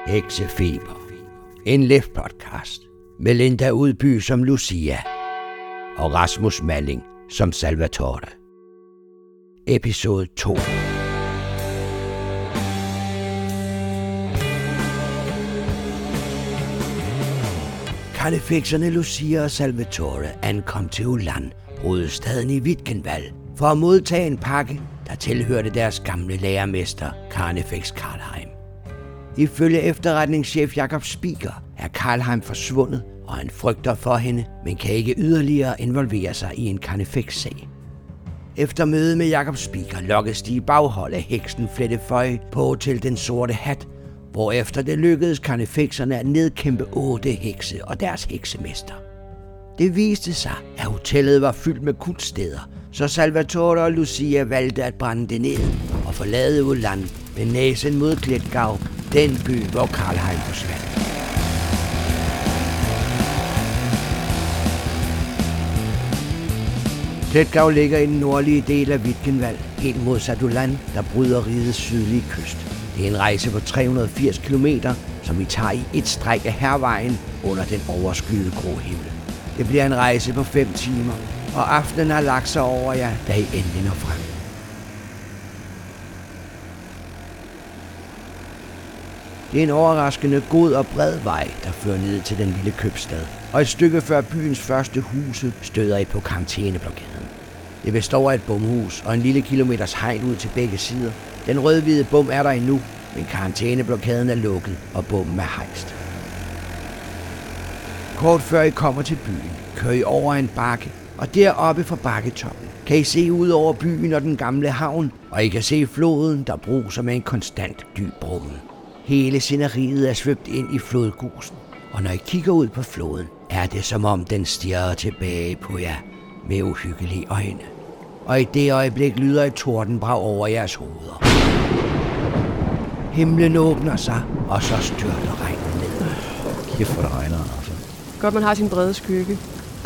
Heksefeber. En LEF-podcast med Linda Udby som Lucia og Rasmus Malling som Salvatore. Episode 2. Karnefikserne Lucia og Salvatore ankom til Ulan, hovedstaden i Vitkenwald, for at modtage en pakke, der tilhørte deres gamle lærermester, Carnifex Karlheim. Ifølge efterretningschef Jakob Spiker er Karlheim forsvundet, og han frygter for hende, men kan ikke yderligere involvere sig i en Carnifex-sag. Efter mødet med Jakob Spiker lokkes de i baghold af heksen Fletteføj på Hotel Den Sorte Hat, hvorefter det lykkedes Carnifexerne at nedkæmpe 8 hekse og deres heksemester. Det viste sig, at hotellet var fyldt med kultsteder, så Salvatore og Lucia valgte at brænde det ned og forlade Ulan med næsen mod Klitgård, den by, hvor Karlheim forsvandt. Klitgård ligger i den nordlige del af Vitkenwald, helt modsat Ulan, der bryder rigets sydlige kyst. Det er en rejse på 380 kilometer, som vi tager i et stræk af Hærvejen under den overskyede grå himmel. Det bliver en rejse på 5 timer, og aftenen har lagt sig over jer, da I endelig når frem. Det er en overraskende god og bred vej, der fører ned til den lille købstad, og et stykke før byens første huse støder I på karantæneblokaden. Det består af et bomhus og en lille kilometers hegn ud til begge sider. Den rød-hvide bom er der endnu, men karantæneblokaden er lukket, og bommen er hejst. Kort før I kommer til byen, kører I over en bakke, og deroppe fra bakketoppen kan I se ud over byen og den gamle havn, og I kan se floden, der bruser med en konstant dyb brummen. Hele sceneriet er svøbt ind i flodgusen, og når I kigger ud på floden, er det som om den stirrer tilbage på jer med uhyggelige øjne. Og i det øjeblik lyder et tordenbrag over jeres hoveder. Himlen åbner sig, og så styrter regnen ned. Kæft for det regner, altså. Godt, man har sin brede skygge.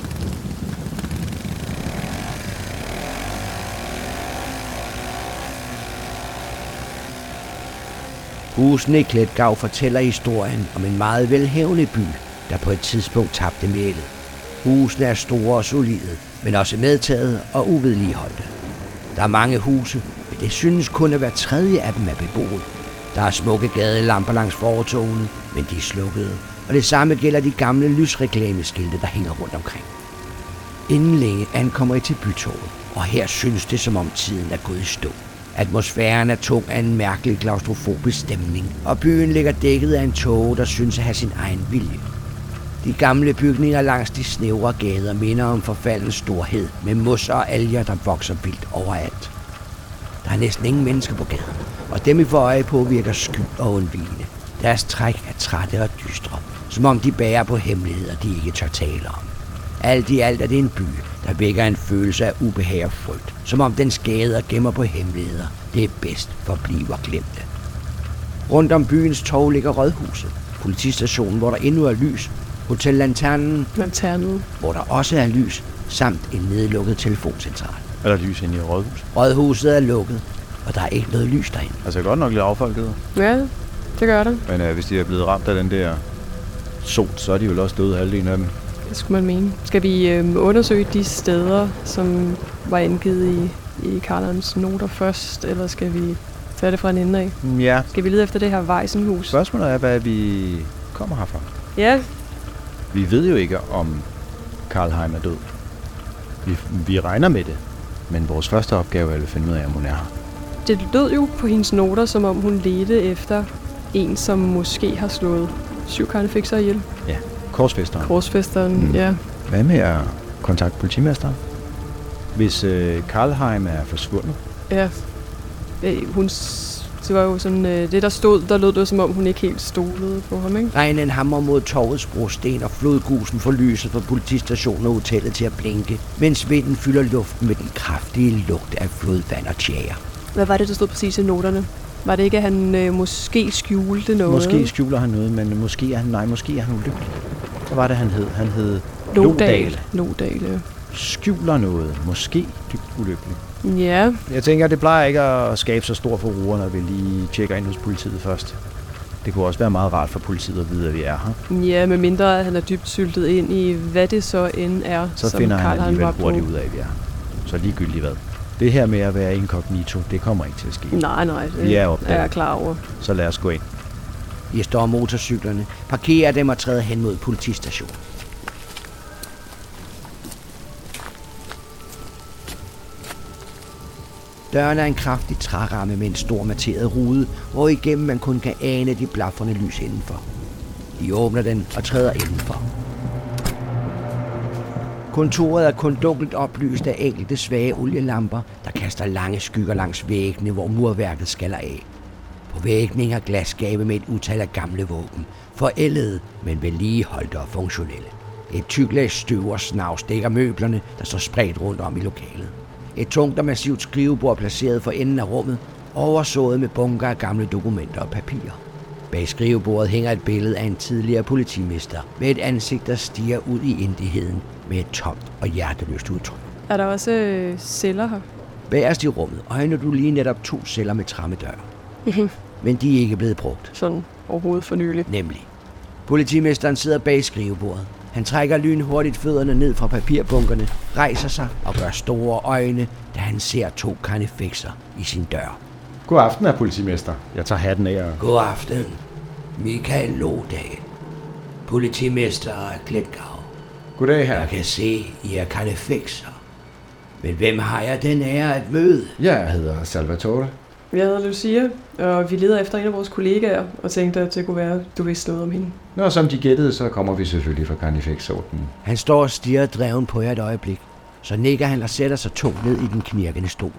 Husene i Klitgård fortæller historien om en meget velhavende by, der på et tidspunkt tabte mælet. Husene er store og solide, men også medtaget og uvedligeholdte. Der er mange huse, men det synes kun at hver tredje af dem er beboet. Der er smukke gadelamper langs fortovene, men de er slukkede, og det samme gælder de gamle lysreklameskilte, der hænger rundt omkring. Inden længe ankommer I til bytoget, og her synes det, som om tiden er gået i stå. Atmosfæren er tung af en mærkelig klaustrofobisk stemning, og byen ligger dækket af en tåge, der synes at have sin egen vilje. De gamle bygninger langs de snævre gader minder om forfaldens storhed, med mos og alger, der vokser vildt overalt. Der er næsten ingen mennesker på gaden, og dem I får øje på virker sky og undvigende. Deres træk er trætte og dystre, som om de bærer på hemmeligheder, de ikke tør tale om. Alt i alt er det en by, der vækker en følelse af ubehag og frygt, som om den skader gemmer på hemmeligheder. Det er bedst forbliver glemte. Rundt om byens torv ligger rådhuset, politistationen, hvor der endnu er lys, Hotel Lanternen, hvor der også er lys, samt en nedlukket telefoncentral. Er der lys inde i rådhuset? Rådhuset er lukket, og der er ikke noget lys derinde. Altså godt nok lidt affolket. Ja, det gør det. Men hvis de er blevet ramt af den der sol, så er de jo også døde, halvdelen af dem. Det skulle man mene. Skal vi undersøge de steder, som var indgivet i Karlheims noter først, eller skal vi tage det fra en ende af? Ja. Skal vi lede efter det her Vejsenhus? Spørgsmålet er, hvad vi kommer herfra. Ja. Vi ved jo ikke, om Karlheim er død. Vi regner med det, men vores første opgave er at finde ud af, om hun er her. Det lød jo på hendes noter, som om hun ledte efter en, som måske har slået 7 karnefixer ihjel. Ja, korsfæsteren. Ja. Hvad med at kontakte politimesteren? Hvis Karlheim er forsvundet? Ja. Det var jo sådan, det der stod, der lød det som om hun ikke helt stolede på ham, ikke? Regnen hammer mod torvets brosten, og flodgusen får lyset fra politistationen og hotellet til at blinke, mens vinden fylder luften med den kraftige lugt af flodvand og tjære. Hvad var det, der stod præcis i noterne? Var det ikke, at han måske skjulte noget? Måske skjuler han noget, men måske er han ulykkelig. Hvad var det, han hed? Han hed Lodal, ja. Skjuler noget. Måske dybt ulykkelig. Ja. Jeg tænker, det plejer ikke at skabe så stor furore, når vi lige tjekker ind hos politiet først. Det kunne også være meget rart for politiet at vide, at vi er her. Ja, med mindre at han er dybt syltet ind i, hvad det så end er, Så som finder han Karlheim alligevel var på. hurtigt ud af, at vi er her. Så ligegyldigt hvad. Det her med at være inkognito, det kommer ikke til at ske. Nej, det Vi er opdaget. er jeg klar over. Så lad os gå ind. I står motorcyklerne, parkerer dem og træder hen mod politistationen. Døren er en kraftig træramme med en stor materet rude, hvor igennem man kun kan ane de blafrende lys indenfor. De åbner den og træder indenfor. Kontoret er kun dunkelt oplyst af enkelte svage olielamper, der kaster lange skygger langs væggene, hvor murværket skaller af. På væggene hænger glasskabe med et utal af gamle våben, forældede, men vedligeholdte og funktionelle. Et tykt lag støv og snavs dækker møblerne, der står spredt rundt om i lokalet. Et tungt og massivt skrivebord placeret for enden af rummet, oversået med bunker af gamle dokumenter og papirer. Bag skrivebordet hænger et billede af en tidligere politimester med et ansigt, der stiger ud i indigheden med et tomt og hjerteløst udtryk. Er der også celler her? Bagerst i rummet øjner du lige netop 2 celler med trammedøre. Men de er ikke blevet brugt. Sådan overhovedet for nylig. Nemlig. Politimesteren sidder bag skrivebordet. Han trækker lynhurtigt fødderne ned fra papirbunkerne, rejser sig og gør store øjne, da han ser 2 karnefekser i sin dør. God aften, herr politimester. Jeg tager hatten af og... God aften. Michael Lodal. Politimester af Klitgård. Goddag, herr. Jeg kan se, I er karnefekser. Men hvem har jeg den ære at møde? Jeg hedder Salvatore. Jeg hedder Lucia, og vi leder efter en af vores kollegaer, og tænkte, at det kunne være, at du vidste noget om hende. Nå, som de gættede, så kommer vi selvfølgelig fra Carnifex-ordenen. Han står og stirrer dreven på jer et øjeblik. Så nikker han og sætter sig tungt ned i den knirkende stol.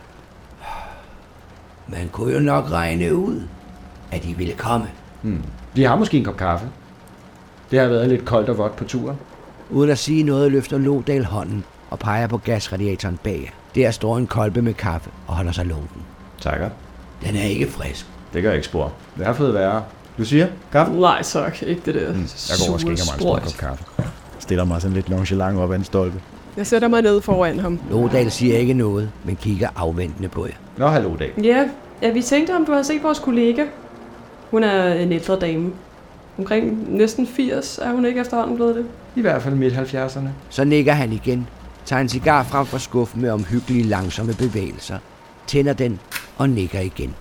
Man kunne jo nok regne ud, at I ville komme. Vi har måske en kop kaffe. Det har været lidt koldt og vådt på turen. Uden at sige noget, løfter Lodal hånden og peger på gasradiatoren bag. Der står en kolbe med kaffe og holder sig lunken. Takker. Den er ikke frisk. Det gør ikke spor. Det har fået værre. Lucia, kaffe? Nej tak, ikke det der Jeg går og skænker mig en stor kop kaffe. Stiller mig sådan lidt nonchalant op ad en stolpe. Jeg sætter mig ned foran ham. Lodal siger ikke noget, men kigger afventende på jer. Nå, hallo dag. Ja, vi tænkte, om du har set vores kollega. Hun er en ældre dame. Omkring næsten 80 er hun ikke efterhånden blevet det. I hvert fald midt 70'erne. Så nikker han igen, tager en cigar frem fra skuffen med omhyggelige langsomme bevægelser, tænder den og nikker igen.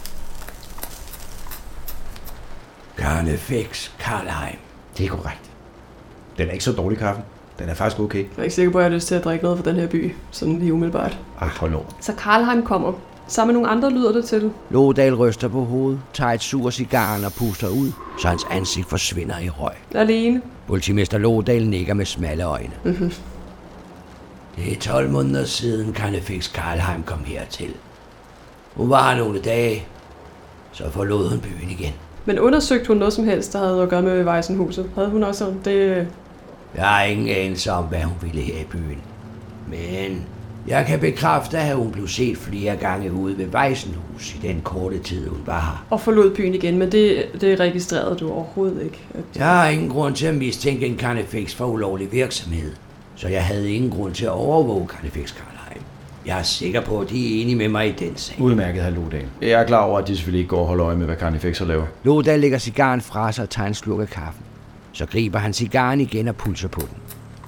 Carnifex Karlheim. Det er korrekt. Den er ikke så dårlig, kaffen. Den er faktisk okay. Jeg er ikke sikker på, at jeg har lyst til at drikke noget fra den her by, sådan lige umiddelbart. Hold nu. Så Karlheim kommer. Sammen med nogle andre lyder det til. Lodal ryster på hovedet, tager et sur cigaren og puster ud, så hans ansigt forsvinder i røg. Alene. Politimester Lodal nikker med smalle øjne. Det er 12 måneder siden Carnifex Karlheim kom hertil. Hun var her nogle dage, så forlod hun byen igen. Men undersøgte hun noget som helst, der havde at gøre med Weissenhuset? Havde hun også det? Jeg har ingen anelse om, hvad hun ville her i byen. Men jeg kan bekræfte, at hun blev set flere gange ude ved Weissenhus i den korte tid, hun var her. Og forlod byen igen, men det registrerede du overhovedet ikke? Jeg har ingen grund til at mistænke en Carnifex for ulovlig virksomhed, så jeg havde ingen grund til at overvåge Carnifex Karlheim. Jeg er sikker på, at de er enige med mig i den sag. Udmærket, herr Lodal. Jeg er klar over, at de selvfølgelig ikke går og holder øje med, hvad Carnifexer laver. Lodal lægger cigaren fra sig og tager en slurk af kaffen. Så griber han cigaren igen og pulser på den.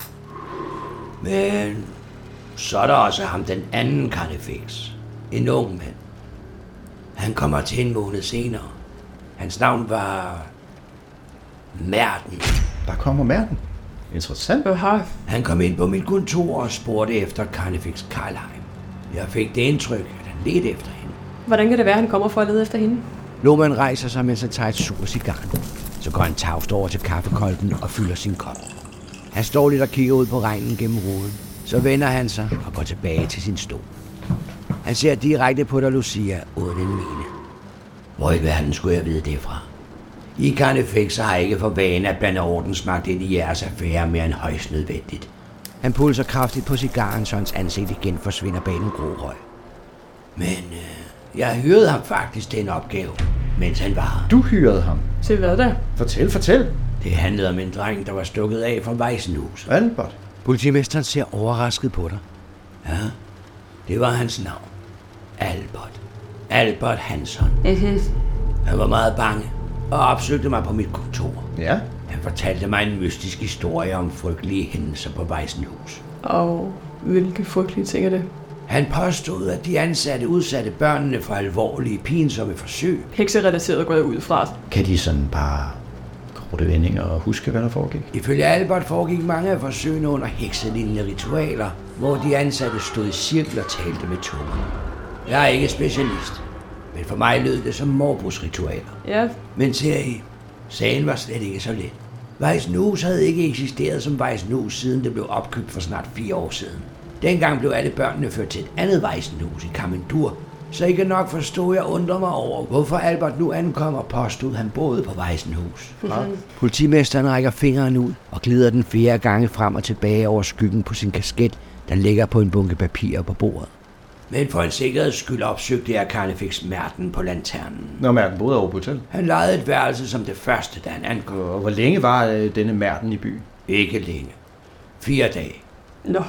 Men så er der også ham, den anden Carnifex. En ung mand. Han kommer til en måned senere. Hans navn var Merten. Der kommer Merten. Interessant. Han kom ind på mit kontor og spurgte efter Carnifex Karlheim. Jeg fik det indtryk, at han ledte efter hende. Hvordan kan det være, at han kommer for at lede efter hende? Lohmann rejser sig, mens han tager et sur cigar. Så går han tavst over til kaffekolben og fylder sin kop. Han står lidt og kigger ud på regnen gennem ruden. Så vender han sig og går tilbage til sin stol. Han ser direkte på dig, Lucia, uden en mine. Hvor i verden skulle jeg vide det fra? I Carnifexer har ikke for vane at blande ordensmagt ind i jeres affære mere end højst nødvendigt. Han pulser kraftigt på cigaren, så hans ansigt igen forsvinder bag den grå røg. Men jeg hyrede ham faktisk til en opgave, mens han var her. Du hyrede ham. Til hvad da? Fortæl. Det handlede om en dreng, der var stukket af fra Weissenhus. Albert. Politimesteren ser overrasket på dig. Ja, det var hans navn. Albert. Albert Hansson. Han var meget bange. og opsøgte mig på mit kontor. Ja? Han fortalte mig en mystisk historie om frygtelige hændelser på Weissenhus. Og hvilke frygtelige ting er det? Han påstod, at de ansatte udsatte børnene for alvorlige, pinsomme forsøg. Hekserelateret går jeg ud fra. Kan de sådan bare korte vendinger og huske, hvad der foregik? Ifølge Albert foregik mange af forsøgene under hekselignende ritualer, hvor de ansatte stod i cirkel og talte med tunger. Jeg er ikke specialist, men for mig lød det som Morbus-ritualer. Ja. Men ser I, sagen var slet ikke så let. Weissenhus havde ikke eksisteret som Weissenhus, siden det blev opkøbt for snart 4 år siden. Dengang blev alle børnene ført til et andet Weissenhus i Kamindur, så I kan nok forstå, jeg undrer mig over, hvorfor Albert nu ankom og påstod, han boede på Weissenhus. Politimesteren rækker fingeren ud og glider den 4 gange frem og tilbage over skyggen på sin kasket, der ligger på en bunke papirer på bordet. Men for en sikkerheds skyld opsøgte jeg Carnifex Merten på lanternen. Når Merten boede over på hotel. Han lejede et værelse som det første, da han ankom. Og hvor længe var denne Merten i byen? Ikke længe. 4 dage. Nå.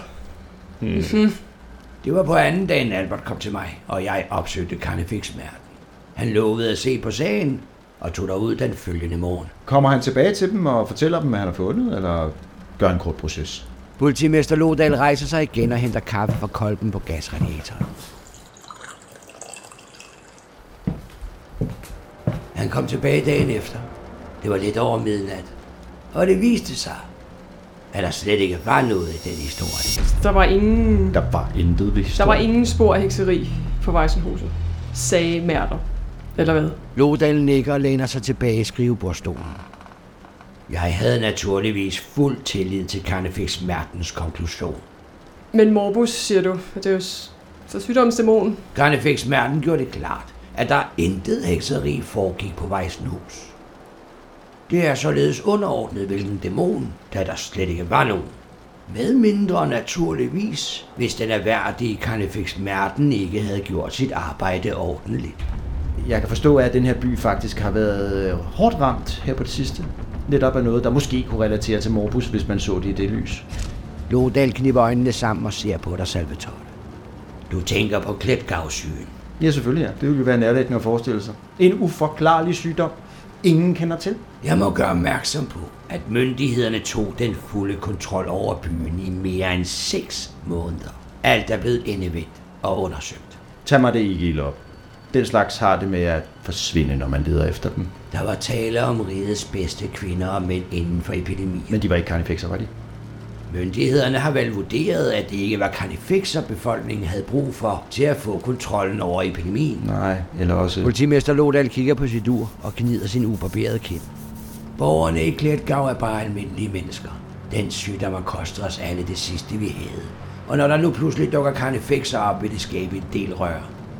Det var på anden dagen, Albert kom til mig, og jeg opsøgte Carnifex Merten. Han lovede at se på sagen, og tog derud den følgende morgen. Kommer han tilbage til dem og fortæller dem, hvad han har fundet, eller gør en kort proces? Politimester Lodal rejser sig igen og henter kaffe fra kolben på gasradiatoren. Han kom tilbage dagen efter. Det var lidt over midnat. Og det viste sig, at der slet ikke var noget i den historie. Der var ingen... Der var intet ved Der var ingen spor af hekseri på Weissenhuset, sagde Merter. Eller hvad? Lodal nikker og læner sig tilbage i skrivebordstolen. Jeg havde naturligvis fuld tillid til Carnifex Mertens konklusion. Men Morbus, siger du, at det er jo så sygdomsdæmon. Carnifex Merten gjorde det klart, at der intet hekseri foregik på Weissenhus. Det er således underordnet, hvilken dæmon, da der slet ikke var nogen. Med mindre naturligvis, hvis den erhverdige Carnifex Merten ikke havde gjort sit arbejde ordentligt. Jeg kan forstå, at den her by faktisk har været hårdt ramt her på det sidste. Netop af noget, der måske kunne relatere til Morbus, hvis man så det i det lys. Lodal knipper øjnene sammen og ser på dig, Salvatore. Du tænker på Kletgavsygen. Ja, selvfølgelig ja. Det ville jo være nærliggende at forestille sig. En uforklarlig sygdom, ingen kender til. Jeg må gøre opmærksom på, at myndighederne tog den fulde kontrol over byen i mere end 6 måneder. Alt er blevet endevendt og undersøgt. Tag mig det ikke ilde op. Den slags har det med at forsvinde, når man leder efter dem. Der var tale om rigets bedste kvinder og mænd inden for epidemien. Men de var ikke carnifexer, var de? Myndighederne har vel vurderet, at det ikke var carnifexer, befolkningen havde brug for til at få kontrollen over epidemien. Nej, eller også... Politimester Lodal kigger på sit ur og gnider sin ubarberede kind. Borgerne i Kletgav er bare almindelige mennesker. Den sygdom har kostet os alle det sidste, vi havde. Og når der nu pludselig dukker carnifexer op, vil det skabe en del rør.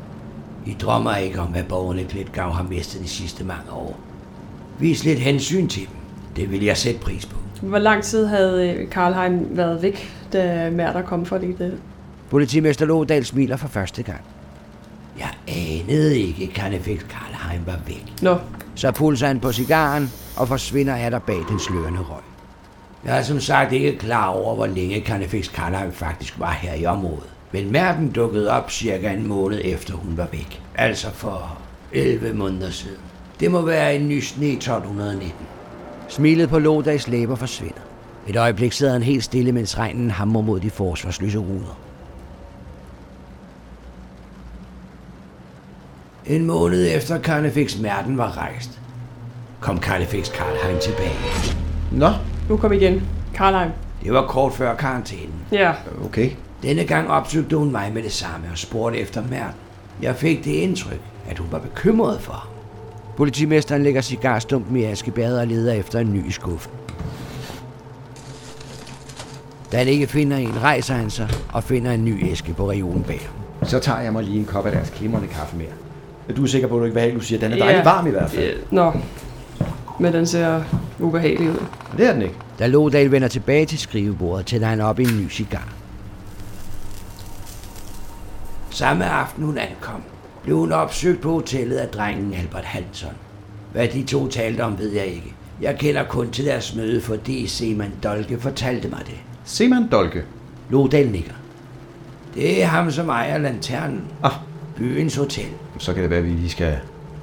I drømmer ikke om, hvad borgerne i Kletgav har mistet de sidste mange år. Vis lidt hensyn til dem. Det vil jeg sætte pris på. Hvor lang tid havde Karlheim været væk, da Merter kom for det? Politimester Lodal smiler for første gang. Jeg anede ikke, at Carnifex Karlheim var væk. Nå. Så pulser han på cigaren og forsvinder af der bag den slørende røg. Jeg er som sagt ikke klar over, hvor længe Carnifex Karlheim faktisk var her i området. Men Merten dukkede op cirka en måned efter hun var væk. Altså for 11 måneder siden. Det må være en ny sne 1219. Smilet på Lodals læber forsvinder. Et øjeblik sidder han helt stille, mens regnen hamrer mod de forsvarsløse ruder. En måned efter Carnifex Merten var rejst, kom Carnifex Karlheim tilbage. Nå. Nu kom igen. Karlheim. Det var kort før karantænen. Ja. Okay. Denne gang opsøgte hun mig med det samme og spurgte efter Merten. Jeg fik det indtryk, at hun var bekymret for ham. Politimesteren lægger cigarstumpen i askebæret og leder efter en ny i skuffen. Da han ikke finder en, rejser han sig og finder en ny æske på reolen bag ham. Så tager jeg mig lige en kop af deres glimrende kaffe mere. Du er sikker på, at du ikke vil have, du siger, den er dejligt varm i hvert fald. Nå, men den ser ubehagelig ud. Det er den ikke. Da Lodal vender tilbage til skrivebordet, tænder han op i en ny cigar. Samme aften hun ankom, blev hun opsøgt på hotellet af drengen Albert Hansson. Hvad de to talte om, ved jeg ikke. Jeg kender kun til deres møde, fordi Seman Dolke fortalte mig det. Seman Dolke? Lodal nikker. Det er ham, som ejer lanternen. Ah. Byens hotel. Så kan det være, at vi lige skal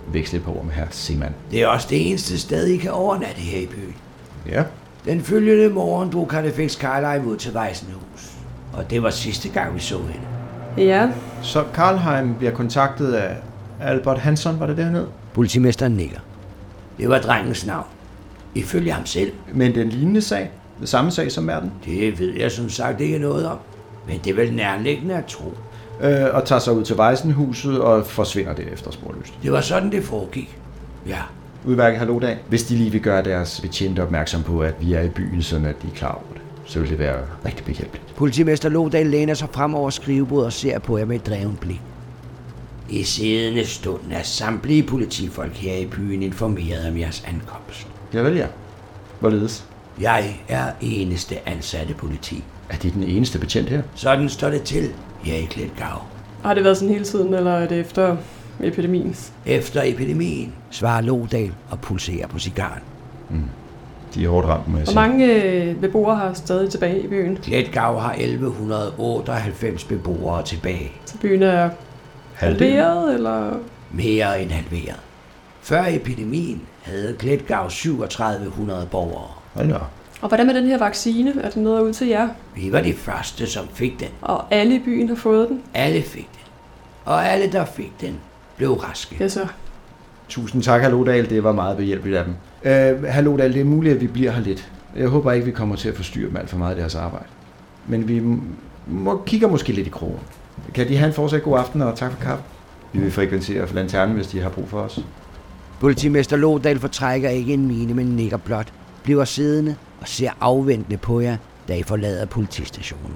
veksle et par ord med herr Seemann. Det er også det eneste sted, I kan overnatte her i byen. Ja. Den følgende morgen drog Carnifex Carlyle ud til Weissenhus. Og det var sidste gang, vi så hende. Ja, Så Karlheim bliver kontaktet af Albert Hansson, var det dernede? Politimesteren nikker. Det var drengens navn. Ifølge ham selv. Men den lignende sag? Det samme sag som Merten? Det ved jeg som sagt ikke noget om. Men det er vel nærliggende at tro. Og tager sig ud til Weissenhuset og forsvinder derefter sporløst. Det var sådan, det foregik. Ja. Udmærket, hallo-dag. Hvis de lige vil gøre deres betjente opmærksom på, at vi er i byen, så de er klar over det, så vil det være rigtig behjælpeligt. Politimester Lodal læner sig frem over skrivebordet og ser på jer med et dreven blik. I siddende stund er samtlige politifolk her i byen informeret om jeres ankomst. Javel, ja. Hvorledes? Jeg er eneste ansatte politi. Er det den eneste betjent her? Sådan står det til her i Klitgård. har det været sådan hele tiden, eller er det efter epidemien? Efter epidemien, svarer Lodal og pulserer på cigaren. De er hårdt ramt, må jeg Hvor sige. mange beboere har stadig tilbage i byen? Klitgård har 1198 beboere tilbage. Så byen er halveret, eller? Mere end halveret. Før epidemien havde Klitgård 3700 borgere. Hold da. Og hvordan med den her vaccine? Er den noget ud til jer? Vi var de første, som fik den. Og alle i byen har fået den? Alle fik den. Og alle, der fik den, blev raske. Ja, så. Tusind tak, Hallodal. Det var meget behjælpeligt af dem. Hallodal, det er muligt, at vi bliver her lidt. Jeg håber ikke, vi kommer til at forstyrre dem alt for meget i deres arbejde. Men vi kigger måske lidt i krogen. Kan de have en fortsat god aften, og tak for kaffe? Vi vil frekventere for lanternen, hvis de har brug for os. Politimester Lodal fortrækker ikke en mine, men nikker blot, bliver siddende og ser afventende på jer, da I forlader politistationen.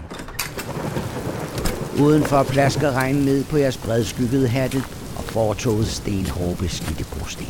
Udenfor plasker regnen ned på jeres bredskyggede hatte og fortoget stenhårde beskidte brosten.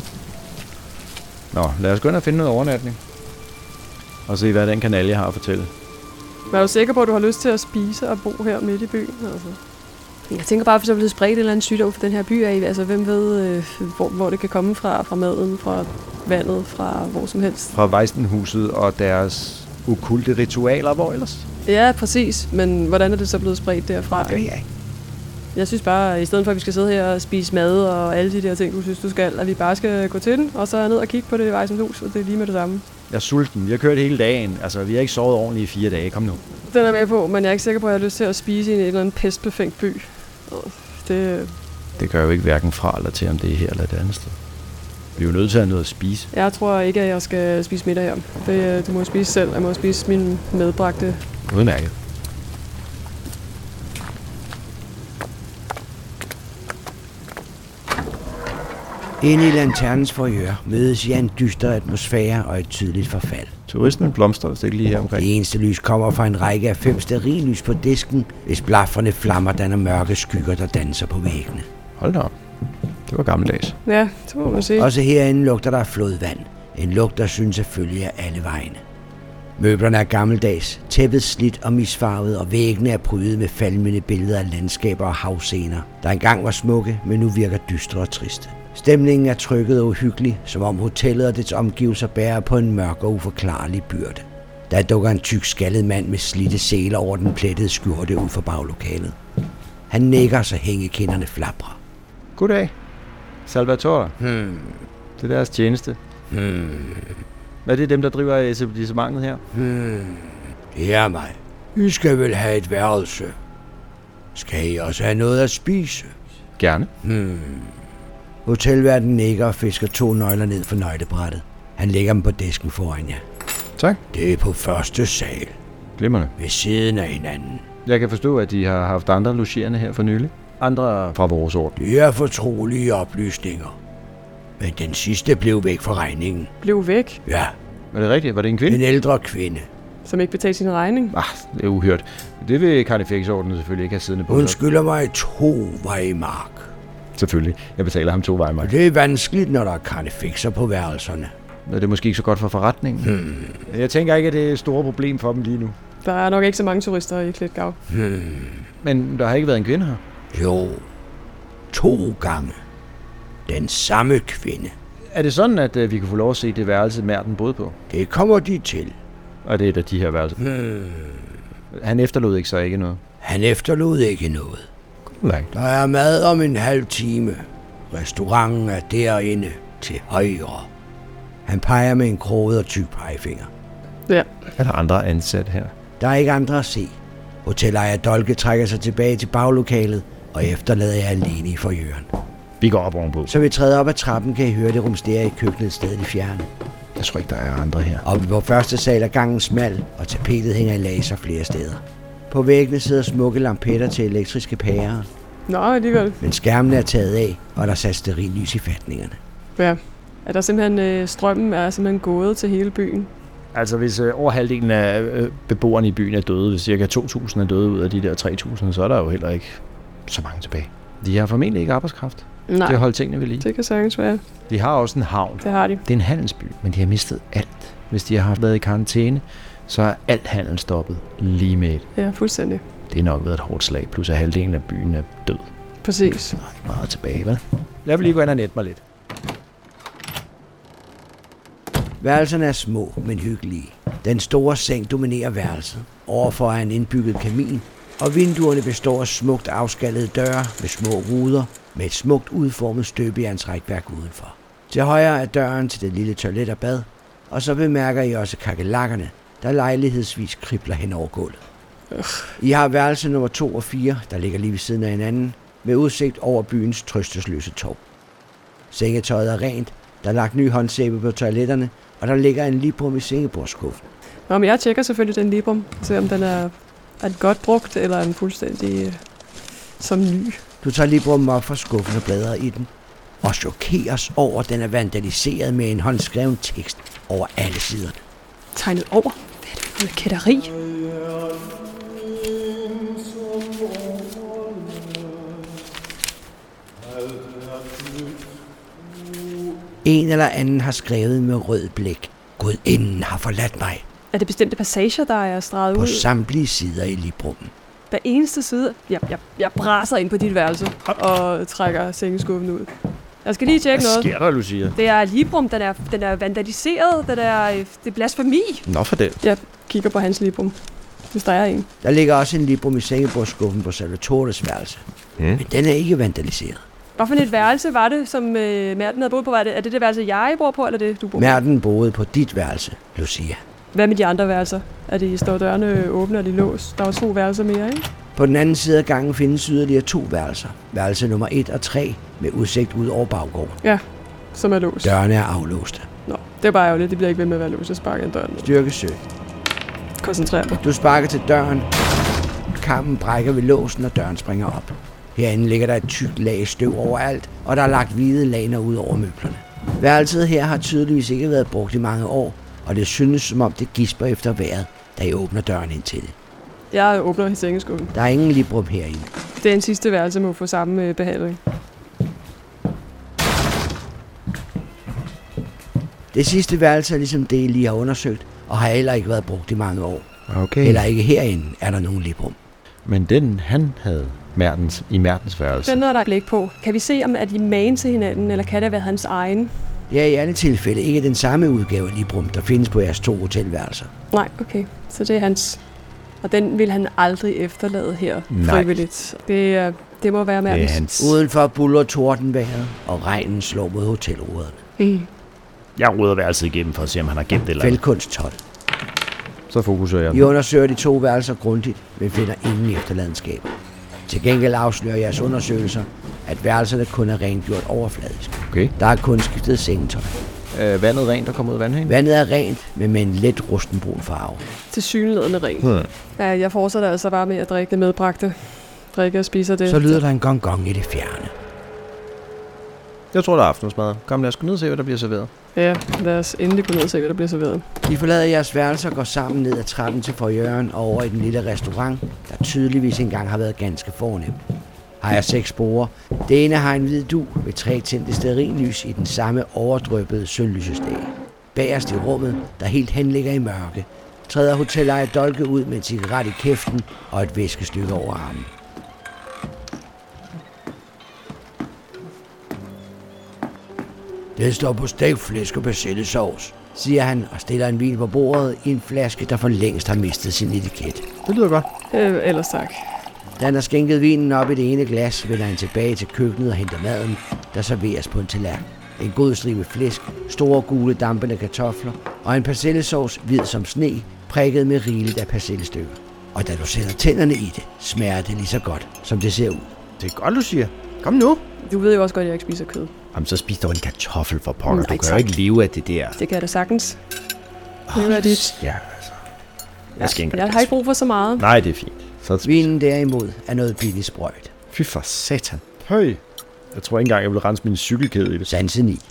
Nå, lad os gå ind og finde noget overnatning. Og se, hvad den kanal, har at fortælle. Men er du sikker på, at du har lyst til at spise og bo her midt i byen? Altså? Jeg tænker bare, hvis der er blevet spredt en eller anden sygdom for den her by af. Altså, hvem ved, hvor det kan komme fra maden, fra vandet, fra hvor som helst. Fra Weissenhuset og deres okulte ritualer, hvor ellers? Ja, præcis. Men hvordan er det så blevet spredt derfra? Det er jeg. Jeg synes bare, at i stedet for, at vi skal sidde her og spise mad og alle de der ting, du synes, du skal, at vi bare skal gå til den, og så ned og kigge på det i Weissenhus, og det er lige med det samme. Jeg er sulten. Vi har kørt hele dagen. Altså, vi har ikke sovet ordentligt i 4 dage. Kom nu. Den er med på, men jeg er ikke sikker på, at jeg har lyst til at spise i en eller anden pestbefængt by. Det gør jo ikke hverken fra eller til, om det er her eller et andet sted. Vi er jo nødt til at have noget at spise. Jeg tror ikke, at jeg skal spise middag her. Det må jeg spise selv. Jeg må spise min medbragte. Udmærket. Inde i lanternens forhør mødes i en dyster atmosfære og et tydeligt forfald. Turismen blomstrer vist ikke lige her omkring. Det eneste lys kommer fra en række af 5 stearinlys på disken, hvis blafferne flammer danner mørke skygger, der danser på væggene. Hold da op. Det var gammeldags. Ja, det må man sige. Også herinde lugter der af flodvand. En lugt, der synes at følge af alle vegne. Møblerne er gammeldags, tæppet slidt og misfarvet, og væggene er prydet med falmende billeder af landskaber og havscener, der engang var smukke, men nu virker dystre og triste. Stemningen er trykket og uhyggelig, som om hotellet og dets omgivelser bærer på en mørk og uforklarlig byrde. Der dukker en tyk skaldet mand med slidte seler over den plettede skjorte ud for baglokalet. Han nikker, så hængekinderne flaprer. Goddag. Salvatore. Det er deres tjeneste. Hvad er det dem, der driver etablissementet her? Det er mig. I skal vel have et værelse. Skal I også have noget at spise? Gerne. Hotelværten nikker og fisker 2 nøgler ned for nøglebrættet. Han lægger dem på disken foran jer. Tak. Det er på første sal, Glimrende. ved siden af hinanden. Jeg kan forstå, at de har haft andre logerende her for nylig. Andre fra vores orden. Det er fortrolige oplysninger. Men den sidste blev væk fra regningen. Blev væk, Ja, Er det rigtigt? Var det en kvinde? en ældre kvinde. som ikke betalte sin regning. Det er uhørt. Det vil Carnifex-ordenen selvfølgelig ikke have siddende på. Hun skylder mig 2 vejmark. Selvfølgelig. Jeg betaler ham 2 vejmark. Og det er vanskeligt, når der er karnefixer på værelserne. Det er måske ikke så godt for forretningen. Jeg tænker ikke, at det er et stort problem for dem lige nu. Der er nok ikke så mange turister i Klitgård. Men der har ikke været en kvinde her. Jo, 2 gange. Den samme kvinde. Er det sådan, at vi kan få lov at se det værelse, Merten boede på? Det kommer de til. Og det er et af de her værelser. Han efterlod ikke så ikke noget. Han efterlod ikke noget. Nej. Der er mad om en halv time. Restauranten er derinde til højre. Han peger med en kroget og tyk pegefinger. Ja. Er der andre ansat her? Der er ikke andre at se. Hotelejer Dolke trækker sig tilbage til baglokalet, og efterlader jeg alene i forjøren. Vi går op ovenpå. Så vi træder op ad trappen, kan I høre det rumstere i køkkenet et sted i fjerne. Jeg tror ikke, der er andre her. Oppe på første sal er gangen smal, og tapetet hænger i laser flere steder. På væggene sidder smukke lampetter til elektriske pærer. Nå, alligevel. Men skærmen er taget af, og der er sat stearinlys i fatningerne. Ja. Er der simpelthen, strømmen er simpelthen gået til hele byen? Altså hvis over halvdelen af beboerne i byen er døde, hvis cirka 2.000 er døde ud af de der 3.000, så er der jo heller ikke så mange tilbage. De har formentlig ikke arbejdskraft. Nej. Det holder tingene ved lige. Det kan sagtens være. De har også en havn. Det har de. Det er en handelsby, men de har mistet alt. Hvis de har været i karantæne, så er alt handel stoppet lige med et. Ja, fuldstændig. Det er nok været et hårdt slag, plus at halvdelen af byen er død. Præcis. Så er ikke meget tilbage, vel? Jeg vil lige gå ind og nette mig lidt. Værelserne er små, men hyggelige. Den store seng dominerer værelset. Overfor er en indbygget kamin, og vinduerne består af smukt afskallede døre med små ruder med et smukt udformet støbejernsrækværk udenfor. Til højre er døren til det lille toilet og bad, og så bemærker I også kakelakkerne, der lejlighedsvis kribler hen over gulvet. I har værelse nummer 2 og 4, der ligger lige ved siden af hinanden, med udsigt over byens trøstesløse torv. Sengetøjet er rent, der er lagt ny håndsæbe på toiletterne, og der ligger en librum i sengebordsskuffen. Nå, men jeg tjekker selvfølgelig den librum, se om den er godt brugt, eller er den fuldstændig som ny. Du tager librummen op fra skuffen og bladrer i den, og chokeres over, at den er vandaliseret med en håndskreven tekst over alle siderne. Tegnet over? Hvad er det for noget kætteri? En eller anden har skrevet med rød blæk: Gudinden har forladt mig. Er det bestemte passager, der er streget På ud? samtlige sider i librummen. Hver eneste side. Jeg braser ind på dit værelse og trækker sengeskuffen ud. Jeg skal lige tjekke noget. Hvad sker der, Lucia? Det er librum, den er vandaliseret. Det er blasfemi. Nå for det. Jeg kigger på hans librum, hvis der er en. Der ligger også en librum i sengebordsskuffen på Salvatores værelse. Men den er ikke vandaliseret. Hvad for et værelse var det, som Merten havde boet på? Er det værelse, jeg bor på, eller det, du bor på? Merten boede på dit værelse, Lucia. Hvad med de andre værelser? Står dørene åbne, og de låst? Der var 2 værelser mere, ikke? På den anden side af gangen findes yderligere 2 værelser. Værelse nummer 1 og 3 med udsigt ud over baggården. Ja, som er låst. Dørene er aflåste. Nå, det er bare ærgerligt. Det bliver ikke ved med at være låst. Jeg sparker en døren. Styrke 17. Koncentrer dig. Du sparker til døren. Kampen brækker ved låsen, og døren springer op. Herinde ligger der et tykt lag støv overalt, og der er lagt hvide lagner ud over møblerne. Værelset her har tydeligvis ikke været brugt i mange år, og det synes som om det gisper efter vejret, da I åbner døren ind til det. Jeg åbner sengeskuffen. Der er ingen librum herinde. Det er en sidste værelse, må få samme behandling. Det sidste værelse er ligesom det, I lige har undersøgt, og har heller ikke været brugt i mange år. Okay. Heller ikke herinde er der nogen librum. Men den, han havde i Mertens værelse. Den er der blik på. Kan vi se, om er de magen til hinanden, eller kan det være hans egen? Det er i alle tilfælde ikke den samme udgave af librum, der findes på jeres 2 hotelværelser. Nej, okay. Så det er hans. Og den vil han aldrig efterlade her frivilligt. Det må være Mertens. Det er hans. Udenfor buller tordenvejret, og regnen slår mod hotelruderne. Jeg ruder værelset igennem for at se, om han har gemt det eller Fældkunst 12. Så fokuserer jeg. I undersøger de 2 værelser grundigt, men finder ingen efterladenskaber. Til gengæld afslører jeres undersøgelser, at værelserne kun er rengjort overfladisk. Okay. Der er kun skiftet sengetøj. Vandet rent, der kommer ud af vandhanen? Vandet er rent, men med en let rustenbrun farve. Tilsyneladende ren. Ja, jeg fortsætter altså bare med at drikke det medbragte. Drikke og spiser det. Så lyder der en gong i det fjerne. Jeg tror, der er aftensmad. Kom, lad os gå ned og se, hvad der bliver serveret. Ja, lad os endelig gå ned og se, hvad der bliver serveret. De forlader jeres værelser og går sammen ned ad trappen til forjøren og over i den lille restaurant, der tydeligvis engang har været ganske fornem. Har jeg 6 borde. Det ene har en hvid dug med 3 tændte stearinlys i den samme overdrøbbede sølvlysestage. Bagerst i rummet, der helt hen ligger i mørke, træder hotelejer Dolke ud med en cigaret i kæften og et væskestykke over armen. Det står på stegt flæsk og persillesovs, siger han og stiller en vin på bordet i en flaske, der for længst har mistet sin etiket. Det lyder godt. Ellers tak. Da han har skænket vinen op i det ene glas, vender han tilbage til køkkenet og henter maden, der serveres på en tallerken. En god stribe flæsk, store gule dampende kartofler og en persillesauce hvid som sne, prikket med rigeligt af persillestykker. Og da du sætter tænderne i det, smager det lige så godt, som det ser ud. Det er godt, du siger. Kom nu. Du ved jo også godt, at jeg ikke spiser kød. Jamen, så spis dog en kartoffel for pokker. Nej, Du kan jo ikke leve af det der. Det kan jeg da sagtens. Det er dit. Ja, altså. Jeg har ikke brug for så meget. Nej, det er fint. Så Vinen derimod er noget billigt sprøjt. Fy for satan. Høj. Jeg tror ikke engang, jeg vil rense min cykelkæde i det. Sansen i.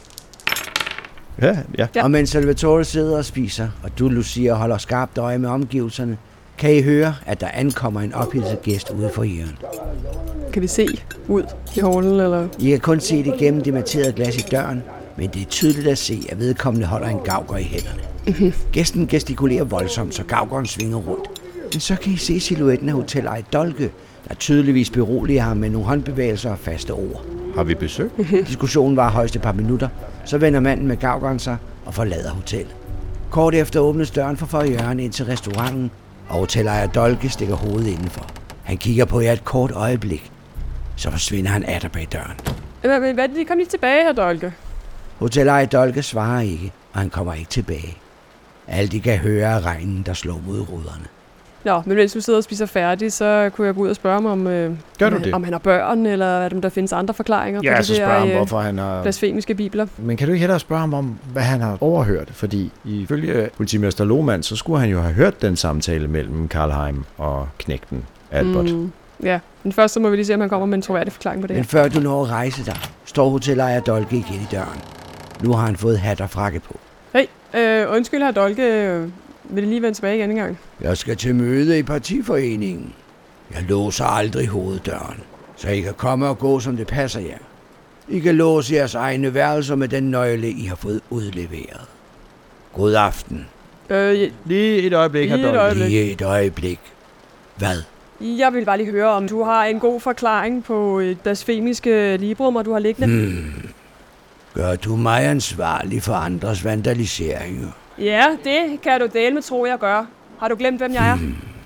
Ja. Ja. Og mens Salvatore sidder og spiser, og du, Lucia, holder skarpt øje med omgivelserne, kan I høre, at der ankommer en ophidset gæst ude for hjørnet. Kan vi se ud i hallen, eller? I kan kun se det gennem det materede glas i døren, men det er tydeligt at se, at vedkommende holder en gauger i hænderne. Gæsten gestikulerer voldsomt, så gaugeren svinger rundt. Men så kan I se silhuetten af hoteller Dolke, der tydeligvis beroliger ham med nogle håndbevægelser og faste ord. Har vi besøg? Diskussionen var højst et par minutter, så vender manden med gaugeren sig og forlader hotellet. Kort efter åbnes døren for hjørnet ind til restauranten, og hoteller Dolke stikker hovedet indenfor. Han kigger på jer et kort øjeblik, så forsvinder han atter bag døren. Men hvad er det? Kom lige tilbage her, Dolke. Hoteller Dolke svarer ikke, og han kommer ikke tilbage. Alt de kan høre er regnen, der slår mod ruderne. Nå, men hvis du sidder og spiser færdig, så kunne jeg gå ud og spørge ham, om han har børn, eller om der findes andre forklaringer Ja, på så de spørger ham, der hvorfor han har... blasfemiske bibler. Men kan du ikke hellere spørge ham om, hvad han har overhørt? Fordi ifølge politimester Lohmann, så skulle han jo have hørt den samtale mellem Karlheim og knægten Albert. Ja, men først så må vi lige se, om han kommer med en troværdig forklaring på det her. Men før du når at rejse dig, står hoteller Dolke igen i døren. Nu har han fået hat og frakke på. Hey, undskyld her, Dolke. Vil det lige vende tilbage igen en gang? Jeg skal til møde i partiforeningen. Jeg låser aldrig hoveddøren, så I kan komme og gå, som det passer jer. I kan låse jeres egne værelser med den nøgle, I har fået udleveret. God aften. Lige et øjeblik, Lige et øjeblik. Hvad? Jeg vil bare lige høre, om du har en god forklaring på et blasfemiske librummer, du har liggende. Gør du mig ansvarlig for andres vandaliseringer? Ja, det kan du dele med, tror jeg gør. Har du glemt, hvem jeg er?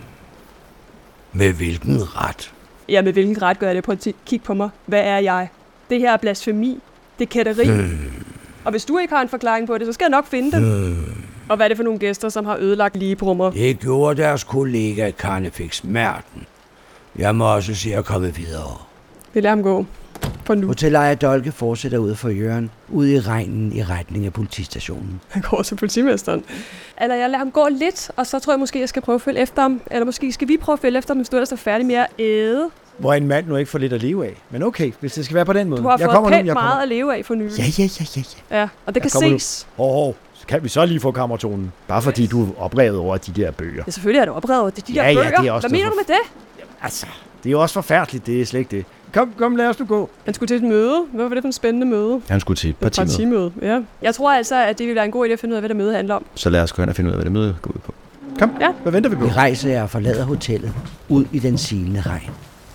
Med hvilken ret? Ja, med hvilken ret gør jeg det? Prøv at kigge på mig. Hvad er jeg? Det her er blasfemi. Det er kætteri. Og hvis du ikke har en forklaring på det, så skal jeg nok finde den. Og hvad er det for nogle gæster, som har ødelagt ligebrummer? Det gjorde deres kollega Karnefix Merten. Jeg må også se at komme videre. Vi lader ham gå. For nu. Hoteller Dolke fortsætter ud for hjørnet, ude i regnen i retning af politistationen. Han går til politimesteren. Eller jeg lader ham gå lidt, og så tror jeg måske, jeg skal prøve at følge efter ham. Eller måske skal vi prøve at følge efter ham, hvis du ellers er færdig med at æde. Hvor en mand nu ikke får lidt at leve af. Men okay, hvis det skal være på den måde. Du har fået pænt meget at leve af for nylig. Ja. Og det kan ses. Så kan vi så lige få kammertonen. Bare fordi du er oprevet over de der bøger. Ja, selvfølgelig er du oprevet over de der bøger. Det er også hvad mener du med det? Jamen, altså, det er jo også forfærdeligt. Det er slet ikke det. Kom, lad os nu gå. Han skulle til et møde. Hvad var det for et spændende møde? Han skulle til et partimøde. Ja. Jeg tror altså, at det ville være en god idé at finde ud af, hvad det møde handler om. Så lad os gå hen og finde ud af, hvad det møde går ud på. Kom, Hvad venter vi på? Vi rejser jer og forlader hotellet ud i den silende regn.